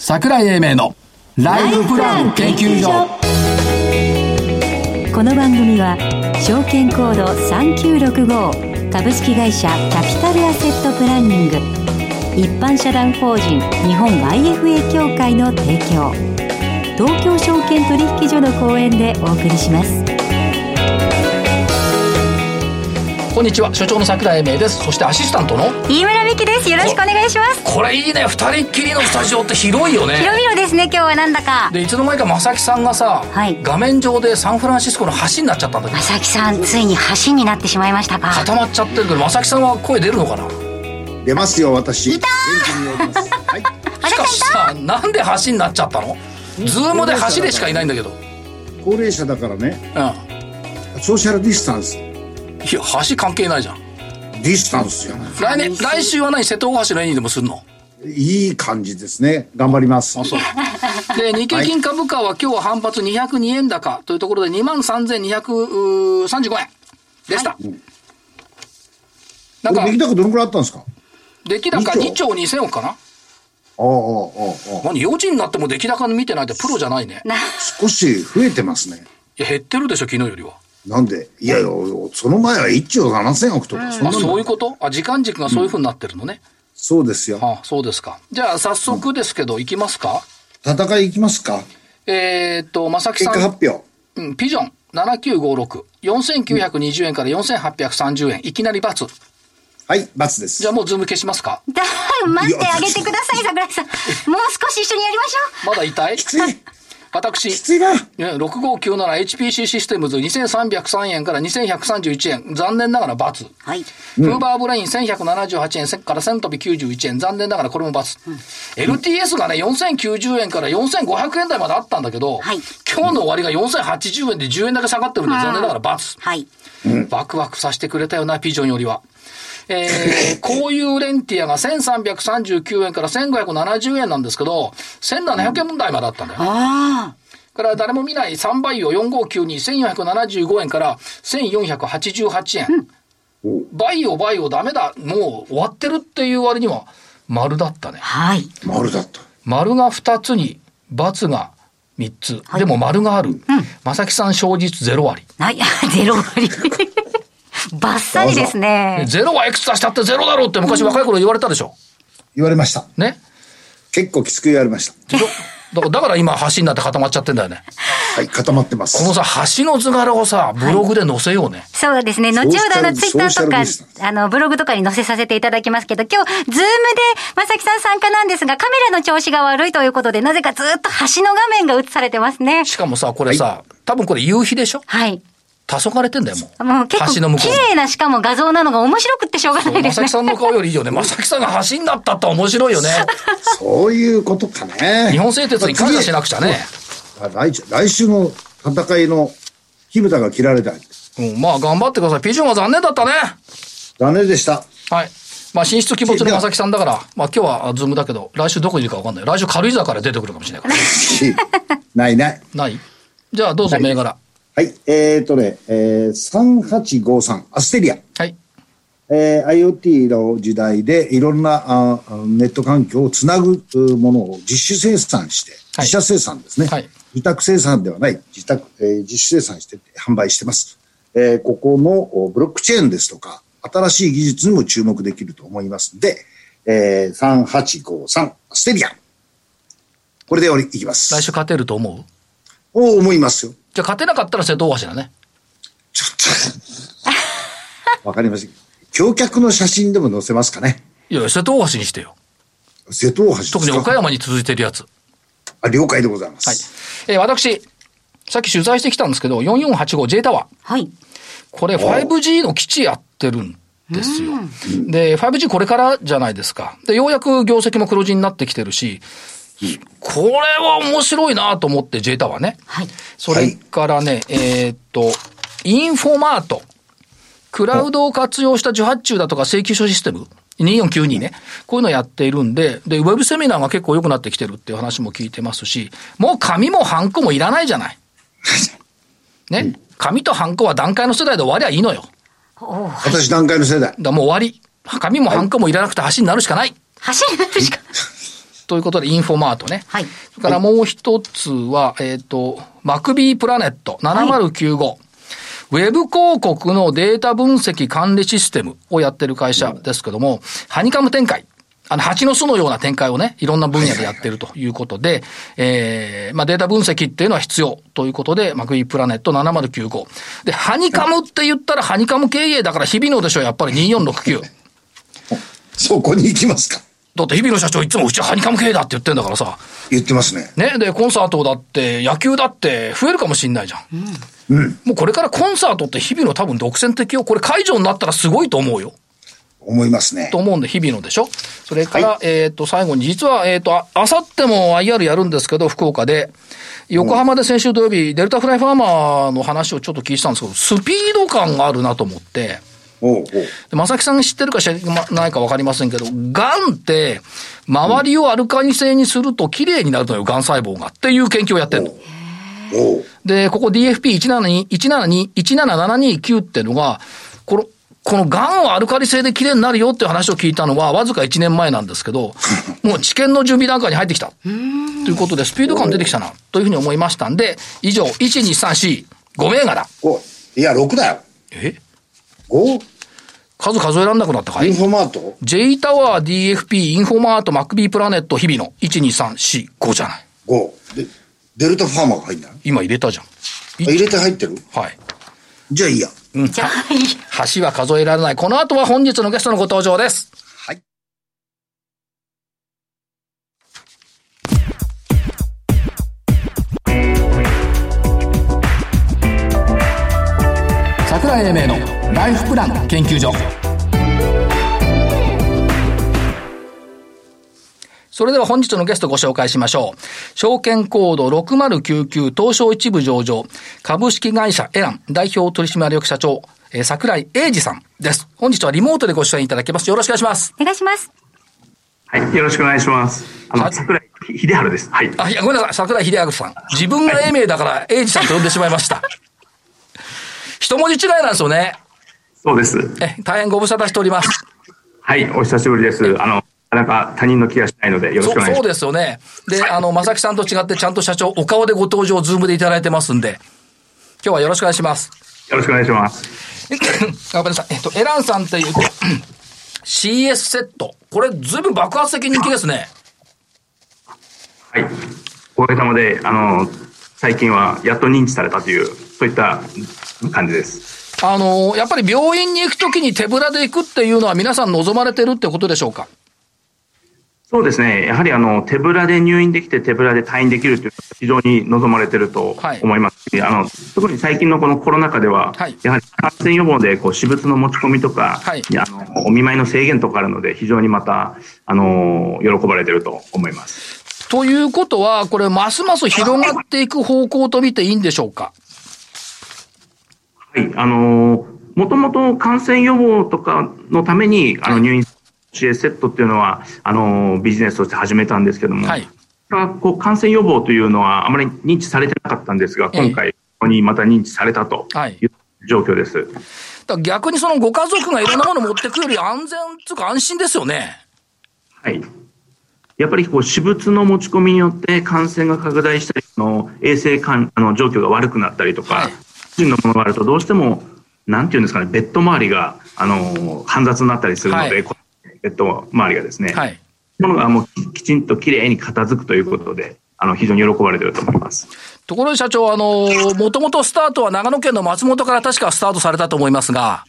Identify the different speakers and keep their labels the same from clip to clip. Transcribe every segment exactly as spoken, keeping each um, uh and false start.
Speaker 1: 桜井英明のライフプラン研究所。
Speaker 2: この番組は証券コードさんきゅうろくご株式会社キャピタルアセットプランニング、一般社団法人日本 アイエフエー 協会の提供、東京証券取引所の講演でお送りします。
Speaker 1: こんにちは、所長の桜井英明です。そしてアシスタントの
Speaker 2: 飯村美希です。よろしくお願いします。
Speaker 1: これいいね、二人っきりのスタジオって広いよね。
Speaker 2: 広々ですね、今日はなんだか。
Speaker 1: でいつの間にか正木さんがさ、はい、画面上でサンフランシスコの橋になっちゃったんだけど、
Speaker 2: 正木さんついに橋になってしまいましたか。
Speaker 1: 固まっちゃってるけど、正木さんは声出るのかな。
Speaker 3: 出ますよ、私。
Speaker 2: いたー
Speaker 3: はい、
Speaker 1: しかしさ、なんで橋になっちゃったの。ズームで橋でしかいないんだけど。
Speaker 3: 高齢者だからね、うん、ソーシャルディスタンス。い
Speaker 1: や、橋関係ないじゃん。
Speaker 3: ディスタンスじゃない。
Speaker 1: 来年、来週は何、瀬戸大橋の絵にでもするの。
Speaker 3: いい感じですね。頑張ります。
Speaker 1: あ、そう。で、日経金株価は今日は反発にひゃくにえん高というところで にまんさんぜんにひゃくさんじゅうごえんでした。はい、
Speaker 3: なんか出来高どのくらいあったんですか。
Speaker 1: 出来高にちょうにせんおくかな。ああ、あ
Speaker 3: あ、ああ。
Speaker 1: 何、よじになっても出来高見てないってプロじゃないね。
Speaker 3: 少し増えてますね。
Speaker 1: いや、減ってるでしょ、昨日よりは。
Speaker 3: なんで。いやいや、その前はいっちょうななせんおくとか、うん、
Speaker 1: そんなの。あ、そういうこと。あ、時間軸がそういう風になってるのね。うん、
Speaker 3: そうですよ。
Speaker 1: ああ、そうですか。じゃあ早速ですけど、うん、いきますか。
Speaker 3: 戦いいきますか。
Speaker 1: えーっと正木さん、
Speaker 3: 結果発表。
Speaker 1: うん、ピジョンななきゅうごろく、よんせんきゅうひゃくにじゅうえんからよんせんはっぴゃくさんじゅうえん、いきなり×。
Speaker 3: はい、×です。
Speaker 1: じゃあもうズーム消しますか。
Speaker 2: だ待ってあげてください、桜井さん。もう少し一緒にやりましょう。
Speaker 1: まだ痛い。
Speaker 3: きつい。
Speaker 1: 私、
Speaker 3: きついな。
Speaker 1: ろくごきゅうななエイチピーシー システムズにせんさんびゃくさんえんからにせんひゃくさんじゅういちえん、残念ながら×。
Speaker 2: はい。
Speaker 1: フーバーブレインせんひゃくななじゅうはちえんからせんとびきゅうじゅういちえん、残念ながらこれも×。うん、エルティーエス がね、よんせんきゅうじゅうえんからよんせんごひゃくえん台まであったんだけど、はい、今日の終わりがよんせんはちじゅうえんでじゅうえんだけ下がってるんで、残念ながら×。
Speaker 2: はい。
Speaker 1: ワクワクさせてくれたよな、ピジョンよりは。えー、こういうレンティアがせんさんびゃくさんじゅうきゅうえんからせんごひゃくななじゅうえんなんですけど、せんななひゃくえん台まであったんだよね。
Speaker 2: ああ。
Speaker 1: から誰も見ないさんばいをよんごきゅうに、せんよんひゃくななじゅうごえんからせんよんひゃくはちじゅうはちえん。うん、倍を倍をダメだ、もう終わってるっていう割には丸だったね。
Speaker 2: はい。
Speaker 3: 丸だった。
Speaker 1: 丸がふたつに×がみっつ。はい、でも丸がある。うん、正木さん正実ゼロ割。
Speaker 2: はい、ゼロ割。バッサリですね。
Speaker 1: ゼロはいくつ出したってゼロだろうって昔若い頃言われたでしょ。
Speaker 3: 言われました。
Speaker 1: ね。
Speaker 3: 結構きつく言われました。
Speaker 1: だから今橋になって固まっちゃってんだよね。
Speaker 3: はい、固まってます。
Speaker 1: このさ、橋の図柄をさ、ブログで載せようね。はい、
Speaker 2: そうですね。後ほどあのツイッターとか、あの、ブログとかに載せさせていただきますけど、今日、ズームで、正木さん参加なんですが、カメラの調子が悪いということで、なぜかずっと橋の画面が映されてますね。
Speaker 1: しかもさ、これさ、はい、多分これ夕日でしょ。
Speaker 2: はい。
Speaker 1: 黄昏れてんだよ、もう。
Speaker 2: もう結構綺麗なしかも画像なのが面白くってしょうがないですね。
Speaker 1: 正木さんの顔よりいいよね。正木さんが橋になったって面白いよね。
Speaker 3: そういうことかね。
Speaker 1: 日本製鉄に感謝しなくちゃね。
Speaker 3: 来, 来週の戦いの火蓋が切られたい。
Speaker 1: うん、まあ頑張ってください。ピジョンは残念だったね。
Speaker 3: 残念でした。
Speaker 1: はい。まあ進出鬼没の正木さんだから、まあ今日はズームだけど、来週どこにいるか分かんない。来週軽井沢から出てくるかもしれないから。
Speaker 3: ないない。
Speaker 1: ない。じゃあどうぞ銘柄。
Speaker 3: はい。えーとね、えー、さんはちごさん、アステリア。
Speaker 1: はい。
Speaker 3: えー、IoT の時代でいろんなあネット環境をつなぐものを自主生産して、自社生産ですね。はい。自宅生産ではない、自宅、えー、自主生産して販売してます。えー、ここのブロックチェーンですとか、新しい技術にも注目できると思いますので、えー、さんはちごさん、アステリア。これで終わりいきます。
Speaker 1: 来週勝てると思う？
Speaker 3: お思いますよ。
Speaker 1: じゃあ勝てなかったら瀬戸大橋だね。
Speaker 3: ちょっと。わかりません。橋脚の写真でも載せますかね。
Speaker 1: いや、瀬戸大橋にしてよ。
Speaker 3: 瀬戸大橋ですか。
Speaker 1: 特に岡山に続いてるやつ。
Speaker 3: あ、了解でございます。
Speaker 1: はい。えー、私、さっき取材してきたんですけど、よんよんはちご J タワー。
Speaker 2: はい。
Speaker 1: これ ファイブジー の基地やってるんですよ。で、ファイブジー これからじゃないですか。で、ようやく業績も黒字になってきてるし、これは面白いなと思って J タワーね。
Speaker 2: はい。
Speaker 1: それからね、はい、えー、っと、インフォマート。クラウドを活用した受発注だとか請求書システム。にーよんきゅうにね。こういうのやっているんで、で、ウェブセミナーが結構良くなってきてるっていう話も聞いてますし、もう紙もハンコもいらないじゃない。ね。紙とハンコは段階の世代で終わりゃいいのよ。
Speaker 3: 私段階の世代。
Speaker 1: だもう終わり。紙もハンコもいらなくて橋になるしかない。
Speaker 2: 橋になるしかない。
Speaker 1: ということで、インフォマートね。
Speaker 2: はい。
Speaker 1: それからもう一つは、えっと、マクビープラネットななまるきゅうご。はい、ウェブ広告のデータ分析管理システムをやってる会社ですけども、ハニカム展開。あの、蜂の巣のような展開をね、いろんな分野でやってるということで、えー、まあデータ分析っていうのは必要ということで、マクビープラネットななまるきゅうご。で、ハニカムって言ったらハニカム経営だから日々のでしょ、やっぱりにーよんろくきゅう。
Speaker 3: そこに行きますか。
Speaker 1: だって日々の社長いつもうちはハニカム経営だって言ってんだからさ。
Speaker 3: 言ってますね。
Speaker 1: ね。で、コンサートだって、野球だって増えるかもしんないじゃん。うん。もうこれからコンサートって日々の多分独占的よ。これ解除になったらすごいと思うよ。
Speaker 3: 思いますね。
Speaker 1: と思うんで、日々のでしょ。それから、はい、えっと、最後に、実は、えっと、あ、あさっても アイアール やるんですけど、福岡で、横浜で先週土曜日、デルタフライファーマーの話をちょっと聞いてたんですけど、スピード感があるなと思って、おうおうで正木さんが知ってるか知らないか分かりませんけど、ガンって、周りをアルカリ性にすると綺麗になるのよ、ガン細胞が。っていう研究をやってるの。おうで、ここ ディーエフピーいちななに、いちななに、いちななななにきゅうっていうのが、この、このガンはアルカリ性で綺麗になるよっていう話を聞いたのはわずかいちねんまえなんですけど、もう治験の準備段階に入ってきた。ということで、スピード感出てきたな、というふうに思いましたんで、以上、いち、に、さん、よん、ご銘柄。
Speaker 3: おいや、ろくだよ。
Speaker 1: え
Speaker 3: ?ご?
Speaker 1: 数数えられなくなったかい？
Speaker 3: インフォマート
Speaker 1: J タワー、ディーエフピー、インフォマート、マクビープラネット、日々の。いち、に、さん、よん、ごじゃない。
Speaker 3: ご。で、デルタファーマーが入んない？
Speaker 1: 今入れたじゃん。
Speaker 3: 入れて入ってる？
Speaker 1: はい。
Speaker 3: じゃあいいや。
Speaker 1: うん。じゃあいい。橋は数えられない。この後は本日のゲストのご登場です。
Speaker 3: はい。
Speaker 1: 桜井英明のライフプラン研究所。それでは本日のゲストご紹介しましょう。証券コードろくまるきゅうきゅう東証一部上場株式会社エラン代表取締役社長、えー、桜井英二さんです。本日はリモートでご出演いただきます。よろしくお願いします。
Speaker 2: お願いします。
Speaker 4: はい、よろしくお願いします。あの、桜井秀治です。はい。
Speaker 1: あ、いや、ごめんなさい。桜井秀治さん。自分が英明だから英二さんと呼んでしまいました。一文字違いなんですよね。
Speaker 4: そうです。
Speaker 1: え、大変ご無沙汰しております。
Speaker 4: はい、お久しぶりです。あの、なかなか他人の気がしないのでよろしくお願いします。
Speaker 1: そうですよね。で、あの、正木さんと違ってちゃんと社長、お顔でご登場、ズームでいただいてますんで、今日はよろしくお願いします。
Speaker 4: よろしくお願いします。
Speaker 1: ごめんなさい。えっと、エランさんっていうと、シーエス セット。これ、ずいぶん爆発的人気ですね。
Speaker 4: はい。おかげさまで、あの、最近はやっと認知されたという、そういった感じです。
Speaker 1: あの、やっぱり病院に行くときに手ぶらで行くっていうのは皆さん望まれてるってことでしょうか？
Speaker 4: そうですね。やはりあの手ぶらで入院できて手ぶらで退院できるというのは非常に望まれていると思いますし、はい、あの特に最近のこのコロナ禍では、はい、やはり感染予防でこう私物の持ち込みとか、はい、あのお見舞いの制限とかあるので非常にまたあの喜ばれていると思います。
Speaker 1: ということはこれますます広がっていく方向と見ていいんでしょうか？
Speaker 4: はい、あのもともと感染予防とかのためにあの入院シーエス セットっていうのはあのビジネスとして始めたんですけども、はい、こう感染予防というのはあまり認知されてなかったんですが、今回ここにまた認知されたという状況です。はい、
Speaker 1: だから逆にそのご家族がいろんなものを持ってくるより安全というか安心ですよね。
Speaker 4: はい。やっぱりこう私物の持ち込みによって感染が拡大したり、の衛生管あの状況が悪くなったりとか、はい、個人のものがあるとどうしてもなんていうんですかね、ベッド周りがあの煩雑になったりするので。はい、ベッド周りがですね、はい、ものがもうきちんときれいに片付くということで、あの非常に喜ばれていると思います。
Speaker 1: ところで社長、あのもともとスタートは長野県の松本から確かスタートされたと思いますが、はい、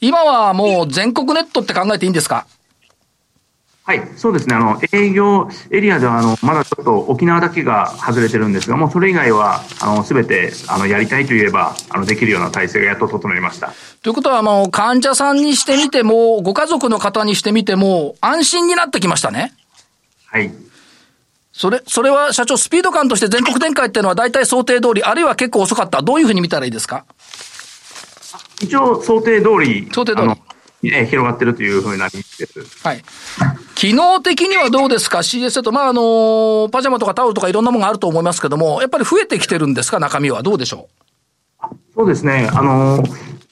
Speaker 1: 今はもう全国ネットって考えていいんですか？
Speaker 4: はい、そうですね。あの営業エリアではあのまだちょっと沖縄だけが外れてるんですが、もうそれ以外はあの全てあのやりたいといえばあのできるような体制がやっと整いました。
Speaker 1: ということはもう患者さんにしてみてもご家族の方にしてみても安心になってきましたね。
Speaker 4: はい。
Speaker 1: それそれは社長スピード感として全国展開っていうのは大体想定通り、あるいは結構遅かった、どういうふうに見たらいいですか？
Speaker 4: 一応想定通り
Speaker 1: 想定通り
Speaker 4: ね、広がってるというふうな認識です。
Speaker 1: はい。機能的にはどうですか シーエス セット。まあ、あの、パジャマとかタオルとかいろんなものがあると思いますけども、やっぱり増えてきてるんですか、中身は。どうでしょ
Speaker 4: う？そうですね。あの、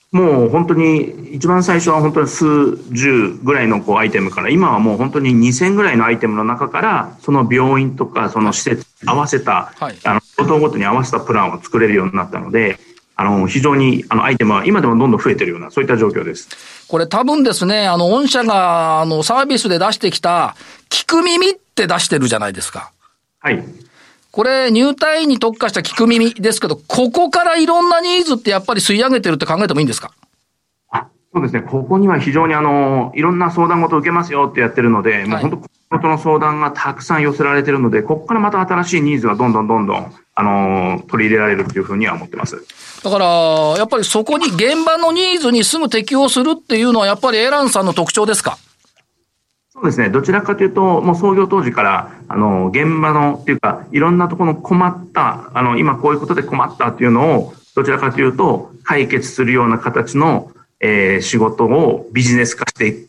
Speaker 4: もう本当に一番最初は本当に数十ぐらいのこうアイテムから、今はもう本当ににせんぐらいのアイテムの中からその病院とかその施設に合わせた、はい、あの相当ごとに合わせたプランを作れるようになったので、あの非常にあのアイテムは今でもどんどん増えてるようなそういった状況です。
Speaker 1: これ多分ですね、あの御社があのサービスで出してきた聞く耳って出してるじゃないですか。
Speaker 4: はい。
Speaker 1: これ入退院に特化した聞く耳ですけど、ここからいろんなニーズってやっぱり吸い上げてるって考えてもいいんですか？
Speaker 4: あ、そうですね。ここには非常にあのいろんな相談事を受けますよってやってるので、はい、もう本当ことの相談がたくさん寄せられてるので、ここからまた新しいニーズがどんどんどんどんあの取り入れられるというふうには思ってます。
Speaker 1: だからやっぱりそこに現場のニーズにすぐ適応するっていうのはやっぱりエランさんの特徴ですか？
Speaker 4: そうですね。どちらかというと、もう創業当時から、あの、現場の、っていうか、いろんなところの困った、あの、今こういうことで困ったっていうのを、どちらかというと、解決するような形の、えー、仕事をビジネス化していって、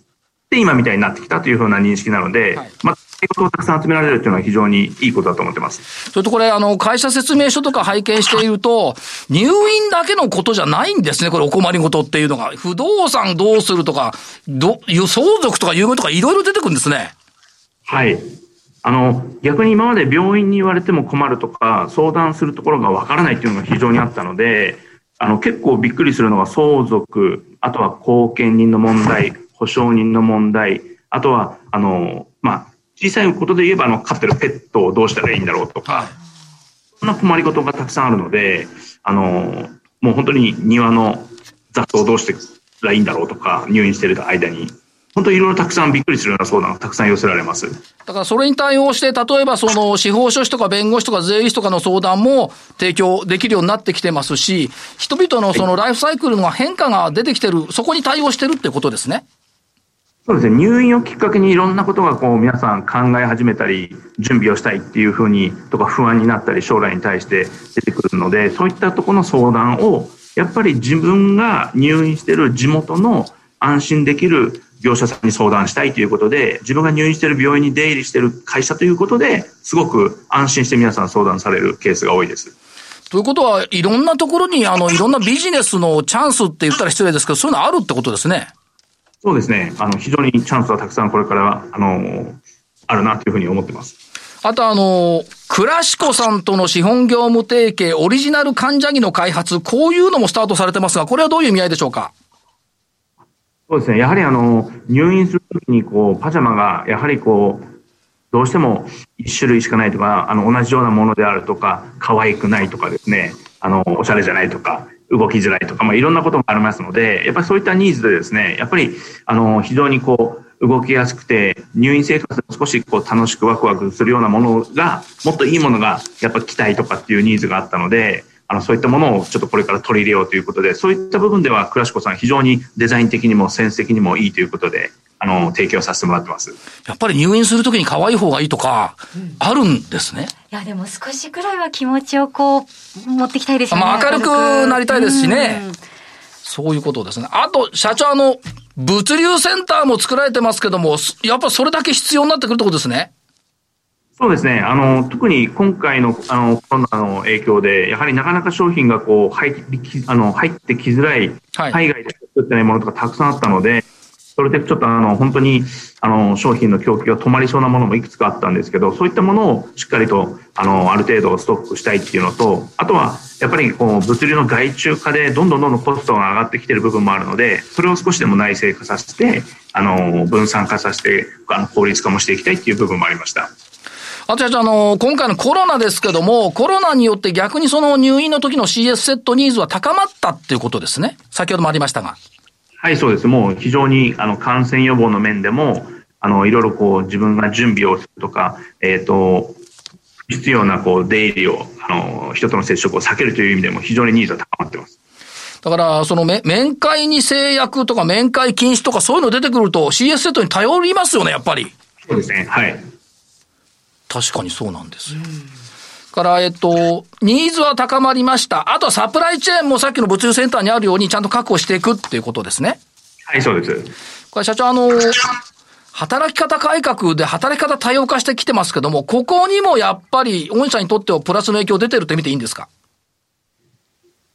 Speaker 4: 今みたいになってきたというふうな認識なので、はい、まあ、仕事をたくさん集められるというのは非常にいいことだと思ってます。
Speaker 1: それとこれ、あの、会社説明書とか拝見していると、入院だけのことじゃないんですね、これお困りごとっていうのが。不動産どうするとか、ど、相続とか優遇とかいろいろ出てくるんですね。
Speaker 4: はい。あの、逆に今まで病院に言われても困るとか、相談するところがわからないっていうのが非常にあったので、あの、結構びっくりするのが相続、あとは後見人の問題、保証人の問題、あとは、あの、まあ、小さいことで言えば、あの、飼ってるペットをどうしたらいいんだろうとか、そんな困りごとがたくさんあるので、あの、もう本当に庭の雑草をどうしてらいいんだろうとか、入院している間に、本当にいろいろたくさんびっくりするような相談がたくさん寄せられます。
Speaker 1: だからそれに対応して、例えばその司法書士とか弁護士とか税理士とかの相談も提供できるようになってきてますし、人々のそのライフサイクルの変化が出てきてる、そこに対応してるってことですね。
Speaker 4: そうですね。入院をきっかけにいろんなことがこう皆さん考え始めたり、準備をしたいっていうふうにとか不安になったり将来に対して出てくるので、そういったところの相談をやっぱり自分が入院している地元の安心できる業者さんに相談したいということで、自分が入院している病院に出入りしている会社ということですごく安心して皆さん相談されるケースが多いです。
Speaker 1: ということは、いろんなところにあのいろんなビジネスのチャンスって言ったら失礼ですけど、そういうのあるってことですね。
Speaker 4: そうですね。あの、非常にチャンスはたくさんこれから、あの、あるなというふうに思ってます。
Speaker 1: あとあの、クラシコさんとの資本業務提携、オリジナル患者着の開発、こういうのもスタートされてますが、これはどういう意味合いでしょうか？
Speaker 4: そうですね。やはりあの、入院するときにこう、パジャマが、やはりこう、どうしても一種類しかないとか、あの、同じようなものであるとか、可愛くないとかですね、あの、おしゃれじゃないとか、動きづらいとか、まあ、いろんなこともありますので、やっぱりそういったニーズでですね、やっぱり、あの、非常にこう、動きやすくて、入院生活を少しこう、楽しくワクワクするようなものが、もっといいものが、やっぱ来たいとかっていうニーズがあったので、あの、そういったものをちょっとこれから取り入れようということで、そういった部分では、クラシコさん非常にデザイン的にもセンス的にもいいということで、あの、提供させてもらってます。
Speaker 1: やっぱり入院するときに可愛い方がいいとか、あるんですね。
Speaker 2: いや、でも少しくらいは気持ちをこう、持ってきたいですよね。
Speaker 1: まあ、明るくなりたいですしね。そういうことですね。あと、社長、あの、物流センターも作られてますけども、やっぱそれだけ必要になってくるってことですね。
Speaker 4: そうですね。あの、特に今回の、あの、コロナの影響で、やはりなかなか商品がこう、入って、あの、入ってきづらい、はい、海外で作ってないものとかたくさんあったので、それでちょっとあの、本当に、あの、商品の供給が止まりそうなものもいくつかあったんですけど、そういったものをしっかりと、あの、ある程度ストックしたいっていうのと、あとは、やっぱりこう、物流の外注化でどんどんどんどんコストが上がってきている部分もあるので、それを少しでも内製化させて、あの、分散化させて、あの、効率化もしていきたいっていう部分もありました。
Speaker 1: あと、あの、今回のコロナですけども、コロナによって逆にその入院の時の シーエス セットニーズは高まったっていうことですね。先ほどもありましたが。
Speaker 4: はい、そうです。もう非常に、あの、感染予防の面でも、あの、いろいろこう、自分が準備をするとか、えっと、必要なこう、出入りを、あの、人との接触を避けるという意味でも非常にニーズは高まっています。
Speaker 1: だから、その、面会に制約とか面会禁止とかそういうの出てくると シーエス セットに頼りますよね、やっぱり。
Speaker 4: そうですね。はい。
Speaker 1: 確かにそうなんですよ。から、えっと、ニーズは高まりました。あとはサプライチェーンもさっきの物流センターにあるようにちゃんと確保していくっていうことですね。
Speaker 4: はい、そうです。
Speaker 1: これ社長、あの、働き方改革で働き方多様化してきてますけども、ここにもやっぱり御社にとってはプラスの影響出てると見ていいんですか？
Speaker 4: そ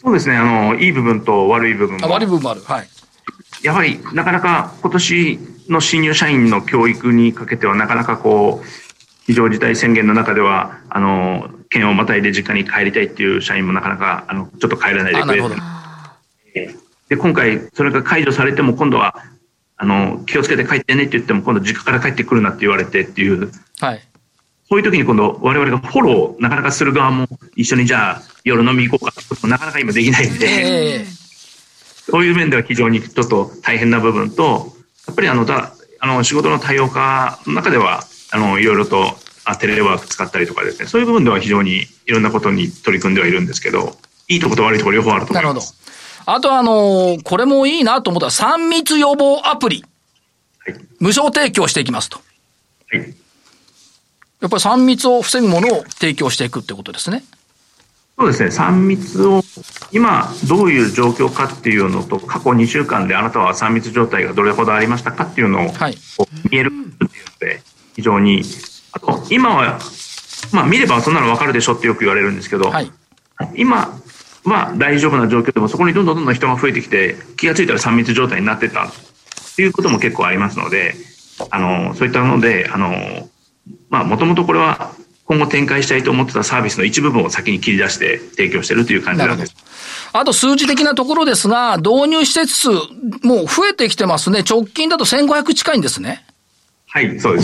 Speaker 4: そうですね。あの、いい部分と悪い部分も。
Speaker 1: 悪い部分もある。はい。
Speaker 4: やはり、なかなか今年の新入社員の教育にかけては、なかなかこう、非常事態宣言の中では、あの、県をまたいで実家に帰りたいっていう社員もなかなか、あの、ちょっと帰らないでくれる。で、今回、それが解除されても、今度は、あの、気をつけて帰ってねって言っても、今度実家から帰ってくるなって言われてっていう。はい。そういう時に今度、我々がフォロー、なかなかする側も一緒にじゃあ、夜飲み行こうかってこともなかなか今できないんで、えー、そういう面では非常にちょっと大変な部分と、やっぱりあの、だあの仕事の多様化の中では、あの、いろいろとあテレワーク使ったりとかですね、そういう部分では非常にいろんなことに取り組んではいるんですけど、いいところと悪いところ両方あると思います。なるほど。
Speaker 1: あとあの、これもいいなと思ったら、さん密予防アプリ。はい。無償提供していきますと。はい。やっぱりさん密を防ぐものを提供していくってことですね。
Speaker 4: そうですね。さん密を、今どういう状況かっていうのと、過去にしゅうかんであなたはさん密状態がどれほどありましたかっていうのを、はい、見えるっていうので、非常に、あと、今は、まあ見ればそんなの分かるでしょってよく言われるんですけど、はい、今は大丈夫な状況でもそこにどんどんどんどん人が増えてきて、気がついたらさん密状態になってたっていうことも結構ありますので、あの、そういったので、あの、まあ、もともとこれは今後展開したいと思ってたサービスの一部分を先に切り出して提供しているという感じなんです。
Speaker 1: あと数字的なところですが、導入施設数、もう増えてきてますね。直近だとせんごひゃく近いんですね。
Speaker 4: はい、そうです。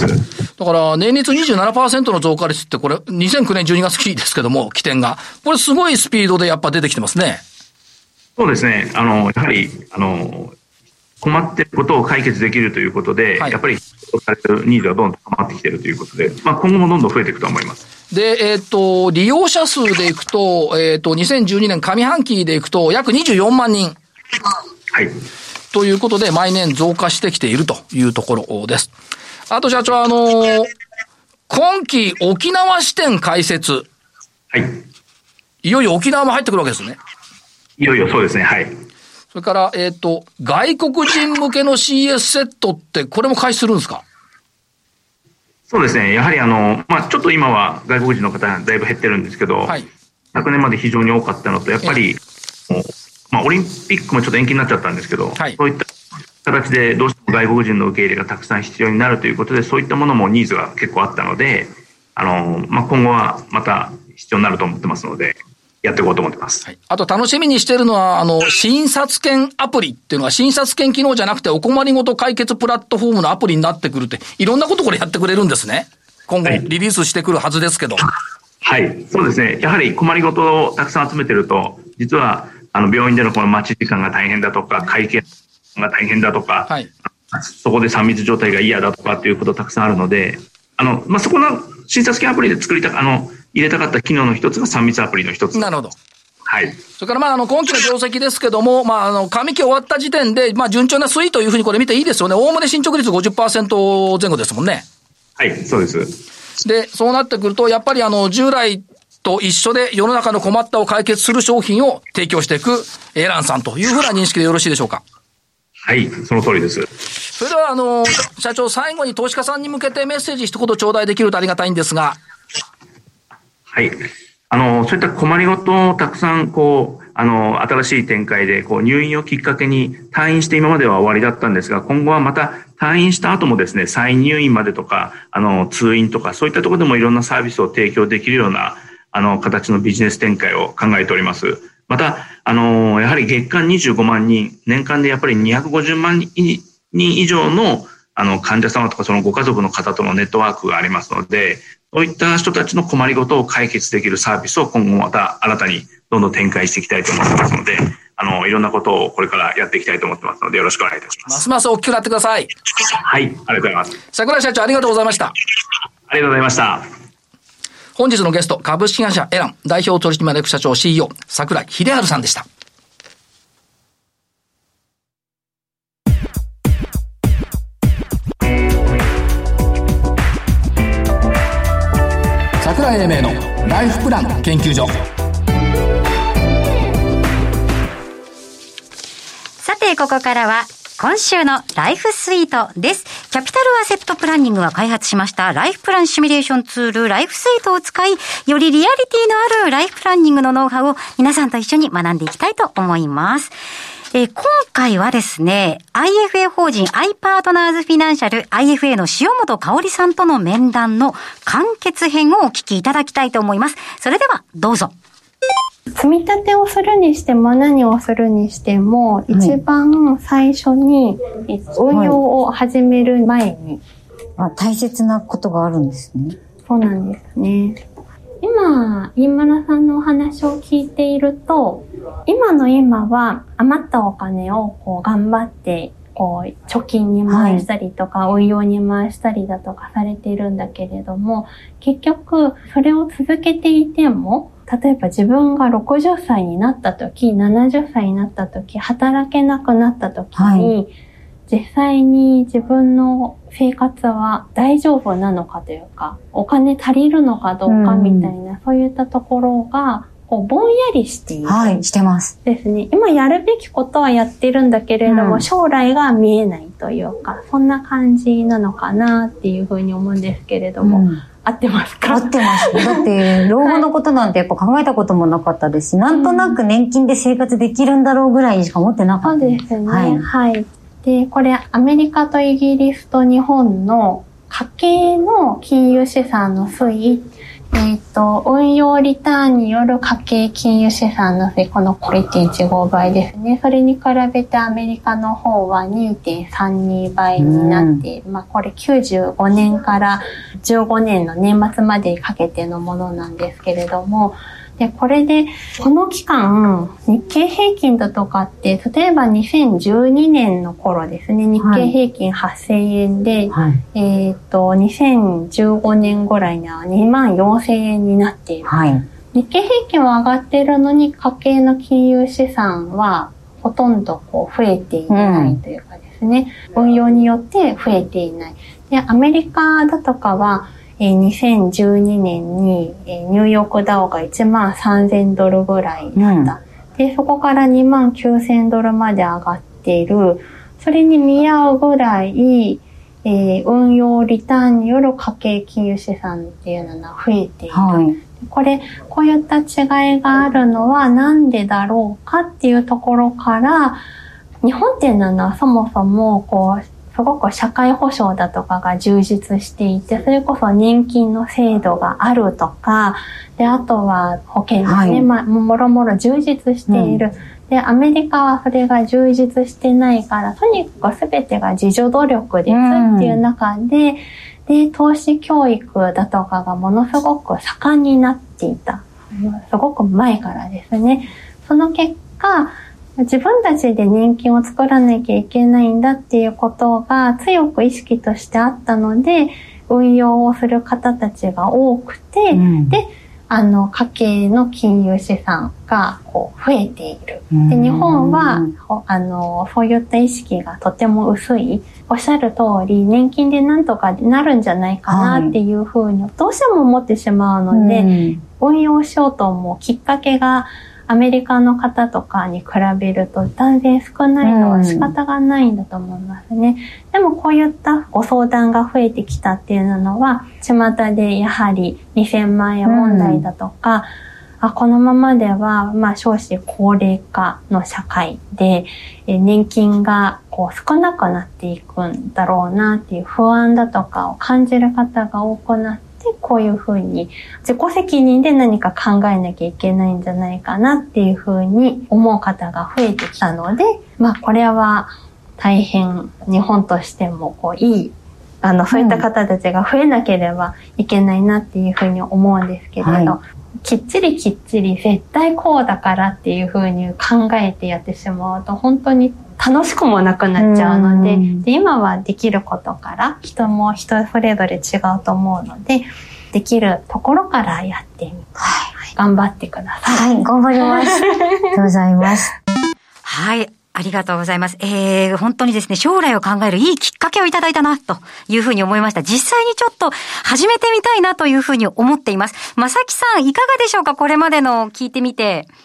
Speaker 1: だから、年率 にじゅうななパーセント の増加率ってこれ、にせんきゅうねんじゅうにがつ期ですけども、起点が。これすごいスピードでやっぱ出てきてますね。
Speaker 4: そうですね。あの、やはり、あの、困っていることを解決できるということで、はい、やっぱり、ニーズがどんどん高まってきているということで、まあ、今後もどんどん増えていくと思います。
Speaker 1: で、えっ、ー、と、利用者数でいくと、えっ、ー、と、にせんじゅうにねん上半期でいくと、約にじゅうよんまんにん。はい。ということで、毎年増加してきているというところです。あと、社長、あのー、今期沖縄支店開設。はい。いよいよ沖縄も入ってくるわけですね。
Speaker 4: いよいよそうですね、はい。
Speaker 1: それから、えっ、ー、と、外国人向けの シーエス セットって、これも開始するんですか？
Speaker 4: そうですね。やはりあの、まあ、ちょっと今は外国人の方がだいぶ減ってるんですけど、はい、昨年まで非常に多かったのと、やっぱり、えー、まあ、オリンピックもちょっと延期になっちゃったんですけど、はい、そういった形でどうしても外国人の受け入れがたくさん必要になるということで、そういったものもニーズが結構あったので、あの、まあ、今後はまた必要になると思ってますので、やっていこうと思ってます。はい。
Speaker 1: あと楽しみにしているのは、あの、診察券アプリっていうのは、診察券機能じゃなくてお困りごと解決プラットフォームのアプリになってくるって、いろんなことこれやってくれるんですね。今後リリースしてくるはずですけど。
Speaker 4: はい。はい、そうですね。やはり困りごとをたくさん集めてると、実は、あの、病院でのこの待ち時間が大変だとか、会計が大変だとか、はい、そこでさん密状態が嫌だとかっていうことたくさんあるので、あの、まあ、そこの診察券アプリで作りたあの、入れたかった機能の一つがさん密アプリの一つ。
Speaker 1: なるほど。
Speaker 4: はい。
Speaker 1: それからまあ、あの、今期の業績ですけども、まあ、あの、上期終わった時点で、まあ、順調な推移というふうにこれ見ていいですよね。おおむね進捗率 ごじゅっパーセント 前後ですもんね。
Speaker 4: はい、そうです。
Speaker 1: で、そうなってくると、やっぱりあの、従来と一緒で世の中の困ったを解決する商品を提供していくエランさんというふうな認識でよろしいでしょうか。
Speaker 4: はい、その通りです。
Speaker 1: それでは、あの、社長、最後に投資家さんに向けてメッセージ一言頂戴できるとありがたいんですが。
Speaker 4: はい。あの、そういった困りごとをたくさん、こう、あの、新しい展開で、こう、入院をきっかけに退院して今までは終わりだったんですが、今後はまた退院した後もですね、再入院までとか、あの、通院とか、そういったところでもいろんなサービスを提供できるような、あの、形のビジネス展開を考えております。また、あの、やはり月間にじゅうごまんにん、年間でやっぱりにひゃくごじゅうまんにん以上の、あの、患者様とかそのご家族の方とのネットワークがありますので、そういった人たちの困りごとを解決できるサービスを今後また新たにどんどん展開していきたいと思ってますので、あの、いろんなことをこれからやっていきたいと思ってますので、よろしくお願いいたします。
Speaker 1: ますます大きくなってください。
Speaker 4: はい、ありがとうございます。
Speaker 1: 櫻井社長、ありがとうございました。
Speaker 4: ありがとうございました。
Speaker 1: 本日のゲスト、株式会社エラン代表取締役社長 シーイーオー、櫻井秀治さんでした。櫻井英明のライフプラン研究所。
Speaker 2: さてここからは今週のライフスイートです。キャピタルアセットプランニングが開発しましたライフプランシミュレーションツールライフスイートを使い、よりリアリティのあるライフプランニングのノウハウを皆さんと一緒に学んでいきたいと思います。えー、今回はですね、アイエフエー 法人 i パートナーズフィナンシャル アイエフエー の塩本香織さんとの面談の完結編をお聞きいただきたいと思います。それではどうぞ。
Speaker 5: 積み立てをするにしても何をするにしても、一番最初に運用を始める前に、
Speaker 2: はい、あ、大切なことがあるんですね。
Speaker 5: そうなんですね。今、飯村さんのお話を聞いていると、今の今は余ったお金をこう頑張って、こう貯金に回したりとか、はい、運用に回したりだとかされているんだけれども、結局それを続けていても、例えば自分がろくじゅっさいになった時、ななじゅっさいになった時、働けなくなった時に、はい、実際に自分の生活は大丈夫なのかというか、お金足りるのかどうかみたいな、うん、そういったところが、こうぼんやりしている。
Speaker 2: はい、してます。
Speaker 5: ですね。今やるべきことはやってるんだけれども、うん、将来が見えないというか、そんな感じなのかなっていうふうに思うんですけれども、うん、合ってますか？
Speaker 2: 合ってます。だって、老後のことなんてやっぱ考えたこともなかったですし、はい、なんとなく年金で生活できるんだろうぐらいにしか思ってなかった。
Speaker 5: そうですね。はい。はい。で、これアメリカとイギリスと日本の家計の金融資産の推移、えっと、運用リターンによる家計金融資産の推移、この いってんいちご 倍ですね。それに比べてアメリカの方は にてんさんに 倍になっている。まあこれきゅうじゅうごねんからじゅうごねんの年末までにかけてのものなんですけれども、で、これで、この期間、日経平均だとかって、例えばにせんじゅうにねんの頃ですね、日経平均はっせんえんで、はい、えっと、にせんじゅうごねんぐらいにはにまんよんせんえんになっている。はい、日経平均は上がっているのに、家計の金融資産はほとんどこう増えていないというかですね、うん、運用によって増えていない。で、アメリカだとかは、にせんじゅうにねんにニューヨークダウがいちまんさんぜんドルぐらいだった。うん、で、そこからにまんきゅうせんドルまで上がっている。それに見合うぐらい、えー、運用リターンによる家計金融資産っていうのが増えている。はい、これ、こういった違いがあるのはなんでだろうかっていうところから、日本っていうのはそもそもこう、すごく社会保障だとかが充実していて、それこそ年金の制度があるとか、で、あとは保険ですね、はい、まあ、もろもろ充実している。うん、で、アメリカはそれが充実してないから、とにかく全てが自助努力ですっていう中で、うん、で、投資教育だとかがものすごく盛んになっていた。すごく前からですね。その結果、自分たちで年金を作らなきゃいけないんだっていうことが強く意識としてあったので、運用をする方たちが多くて、うん、で、あの、家計の金融資産がこう増えている。で、日本は、あの、そういった意識がとても薄い。おっしゃる通り、年金でなんとかなるんじゃないかなっていうふうに、どうしても思ってしまうので、うん、運用しようと思うきっかけが、アメリカの方とかに比べると断然少ないのは仕方がないんだと思いますね。うん、でもこういったご相談が増えてきたっていうのは、巷でやはりにせんまんえん問題だとか、うん、あこのままでは、まあ少子高齢化の社会で、え年金がこう少なくなっていくんだろうなっていう不安だとかを感じる方が多くなって、こういうふうに自己責任で何か考えなきゃいけないんじゃないかなっていうふうに思う方が増えてきたので、まあこれは大変日本としてもこういい、あのそういった方たちが増えなければいけないなっていうふうに思うんですけれど、はい、きっちりきっちり絶対こうだからっていうふうに考えてやってしまうと本当に楽しくもなくなっちゃうので、で今はできることから人も人それぞれ違うと思うので、できるところからやってみて、はい、頑張ってください。
Speaker 2: はい、頑張ります。ありがとうございます。はい、ありがとうございます。えー、本当にですね、将来を考えるいいきっかけをいただいたな、というふうに思いました。実際にちょっと始めてみたいなというふうに思っています。まさきさん、いかがでしょうか？これまでの聞いてみて。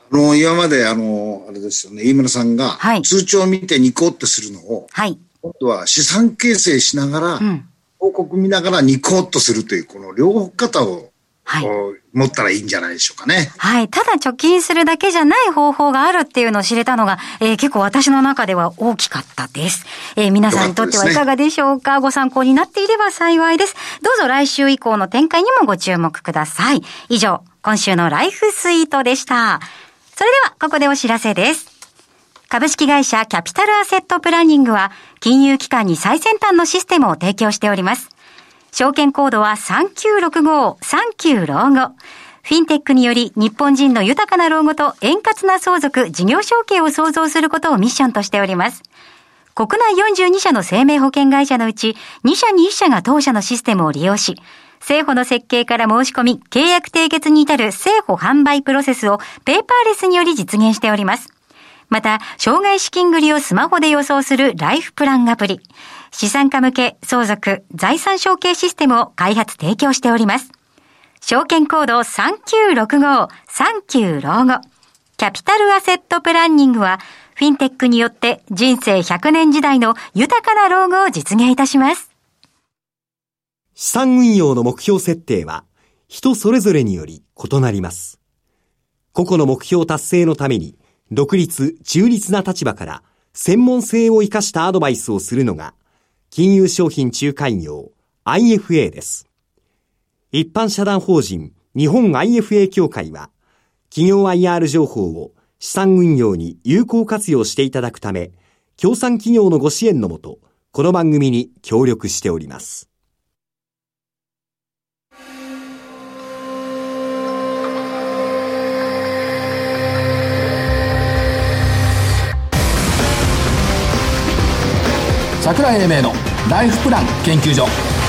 Speaker 3: あの、今まであの、あれですよね、飯村さんが、はい、通帳を見てニコってするのを、はい、今度は資産形成しながら、うん、報告見ながらニコっとするという、この両方方を、はい、持ったらいいんじゃないでしょうかね。
Speaker 2: はい。ただ貯金するだけじゃない方法があるっていうのを知れたのが、えー、結構私の中では大きかったです。えー、皆さんにとってはいかがでしょうか。ご参考になっていれば幸いです。どうぞ来週以降の展開にもご注目ください。以上、今週のライフスイートでした。それでは、ここでお知らせです。株式会社キャピタルアセットプランニングは、金融機関に最先端のシステムを提供しております。証券コードはさんきゅうろくご、さんきゅう老後。フィンテックにより日本人の豊かな老後と円滑な相続、事業承継を創造することをミッションとしております。国内よんじゅうに社の生命保険会社のうちに社にいっ社が当社のシステムを利用し、生保の設計から申し込み、契約締結に至る生保販売プロセスをペーパーレスにより実現しております。また、生涯資金繰りをスマホで予想するライフプランアプリ、資産家向け相続、財産承継システムを開発提供しております。証券コードさんきゅうろくご、さんきゅう老後。キャピタルアセットプランニングは、フィンテックによって人生ひゃくねん時代の豊かな老後を実現いたします。
Speaker 6: 資産運用の目標設定は、人それぞれにより異なります。個々の目標達成のために、独立、中立な立場から専門性を生かしたアドバイスをするのが金融商品仲介業 アイエフエー です。一般社団法人日本 アイエフエー 協会は企業 アイアール 情報を資産運用に有効活用していただくため、協賛企業のご支援のもと、この番組に協力しております。
Speaker 1: 櫻井英明のライフプラン研究所。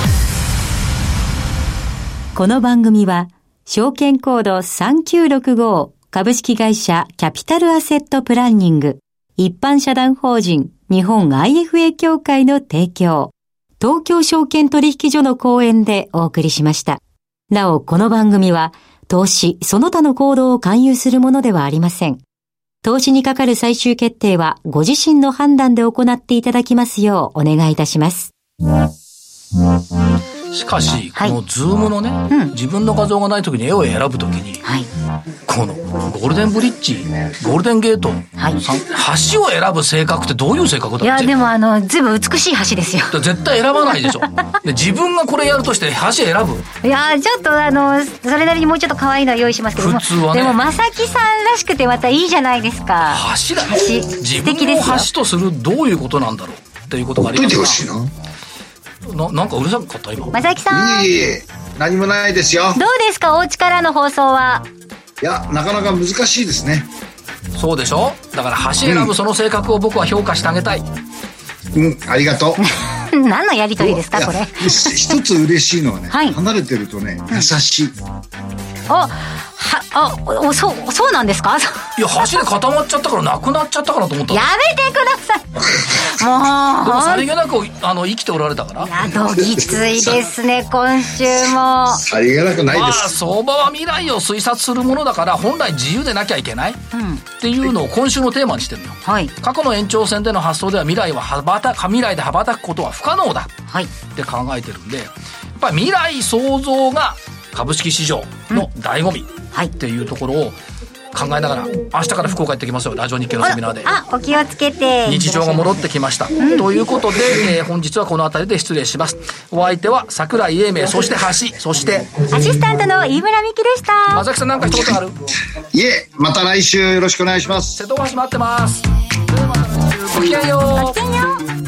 Speaker 2: この番組は証券コードさんきゅうろくご株式会社キャピタルアセットプランニング一般社団法人日本 アイエフエー 協会の提供、東京証券取引所の講演でお送りしました。なおこの番組は投資その他の行動を勧誘するものではありません。投資にかかる最終決定はご自身の判断で行っていただきますようお願いいたします。
Speaker 1: しかし、はい、このズームのね、うん、自分の画像がない時に絵を選ぶ時に、はい、このゴールデンブリッジ、ゴールデンゲート、はい、橋を選ぶ性格ってどういう性格だっけ？
Speaker 2: いやでもあの随分美しい橋ですよ。
Speaker 1: 絶対選ばないでしょ。で自分がこれやるとして橋選ぶ？い
Speaker 2: やちょっとあのそれなりにもうちょっと可愛いのは用意しますけども、普通はね、でも正木さんらしくてまたいいじゃないですか。
Speaker 1: 橋だよ。自分を橋とするどういうことなんだろうっていうことがありますから。な, なんかうるさかった今。
Speaker 2: 正木さん。
Speaker 3: いえいえ、何もないですよ。
Speaker 2: どうですかお家からの放送は。
Speaker 3: いやなかなか難しいですね。
Speaker 1: そうでしょ。だから橋選ぶその性格を僕は評価してあげたい。
Speaker 3: うん、うん、ありがと
Speaker 2: う。何のやりとりですかこれ。
Speaker 3: 一つ嬉しいのはね、はい、離れてるとね優しい。
Speaker 2: あはあおそうそうなんですか。
Speaker 1: いや橋で固まっちゃったからなくなっちゃったかなと思った。
Speaker 2: やめてください。もう
Speaker 1: でもさりげなくあの生きておられたから。
Speaker 2: いやどぎついですね今週も。
Speaker 3: さりげなくないです。まあ
Speaker 1: 相場は未来を推察するものだから本来自由でなきゃいけない、うん、っていうのを今週のテーマにしてるのよ、はい、過去の延長線での発想では未来は羽ばた未来で羽ばたくことは不可能だって考えてるんで、やっぱり未来創造が株式市場の醍醐味っていうところを考えながら、明日から福岡行ってきますよ。ラジオ日経のセミナーで。
Speaker 2: あ、お気をつけて。
Speaker 1: 日常が戻ってきました、うん、ということで、えー、本日はこの辺りで失礼します。お相手は櫻井英明、そして橋、そして
Speaker 2: アシスタントの飯村美希でした。
Speaker 1: 正木さん何か一言ある？
Speaker 3: いえ、また来週よろしくお願いします。
Speaker 1: 瀬戸橋待ってます。ごきげんよう。
Speaker 2: ごきげんよう。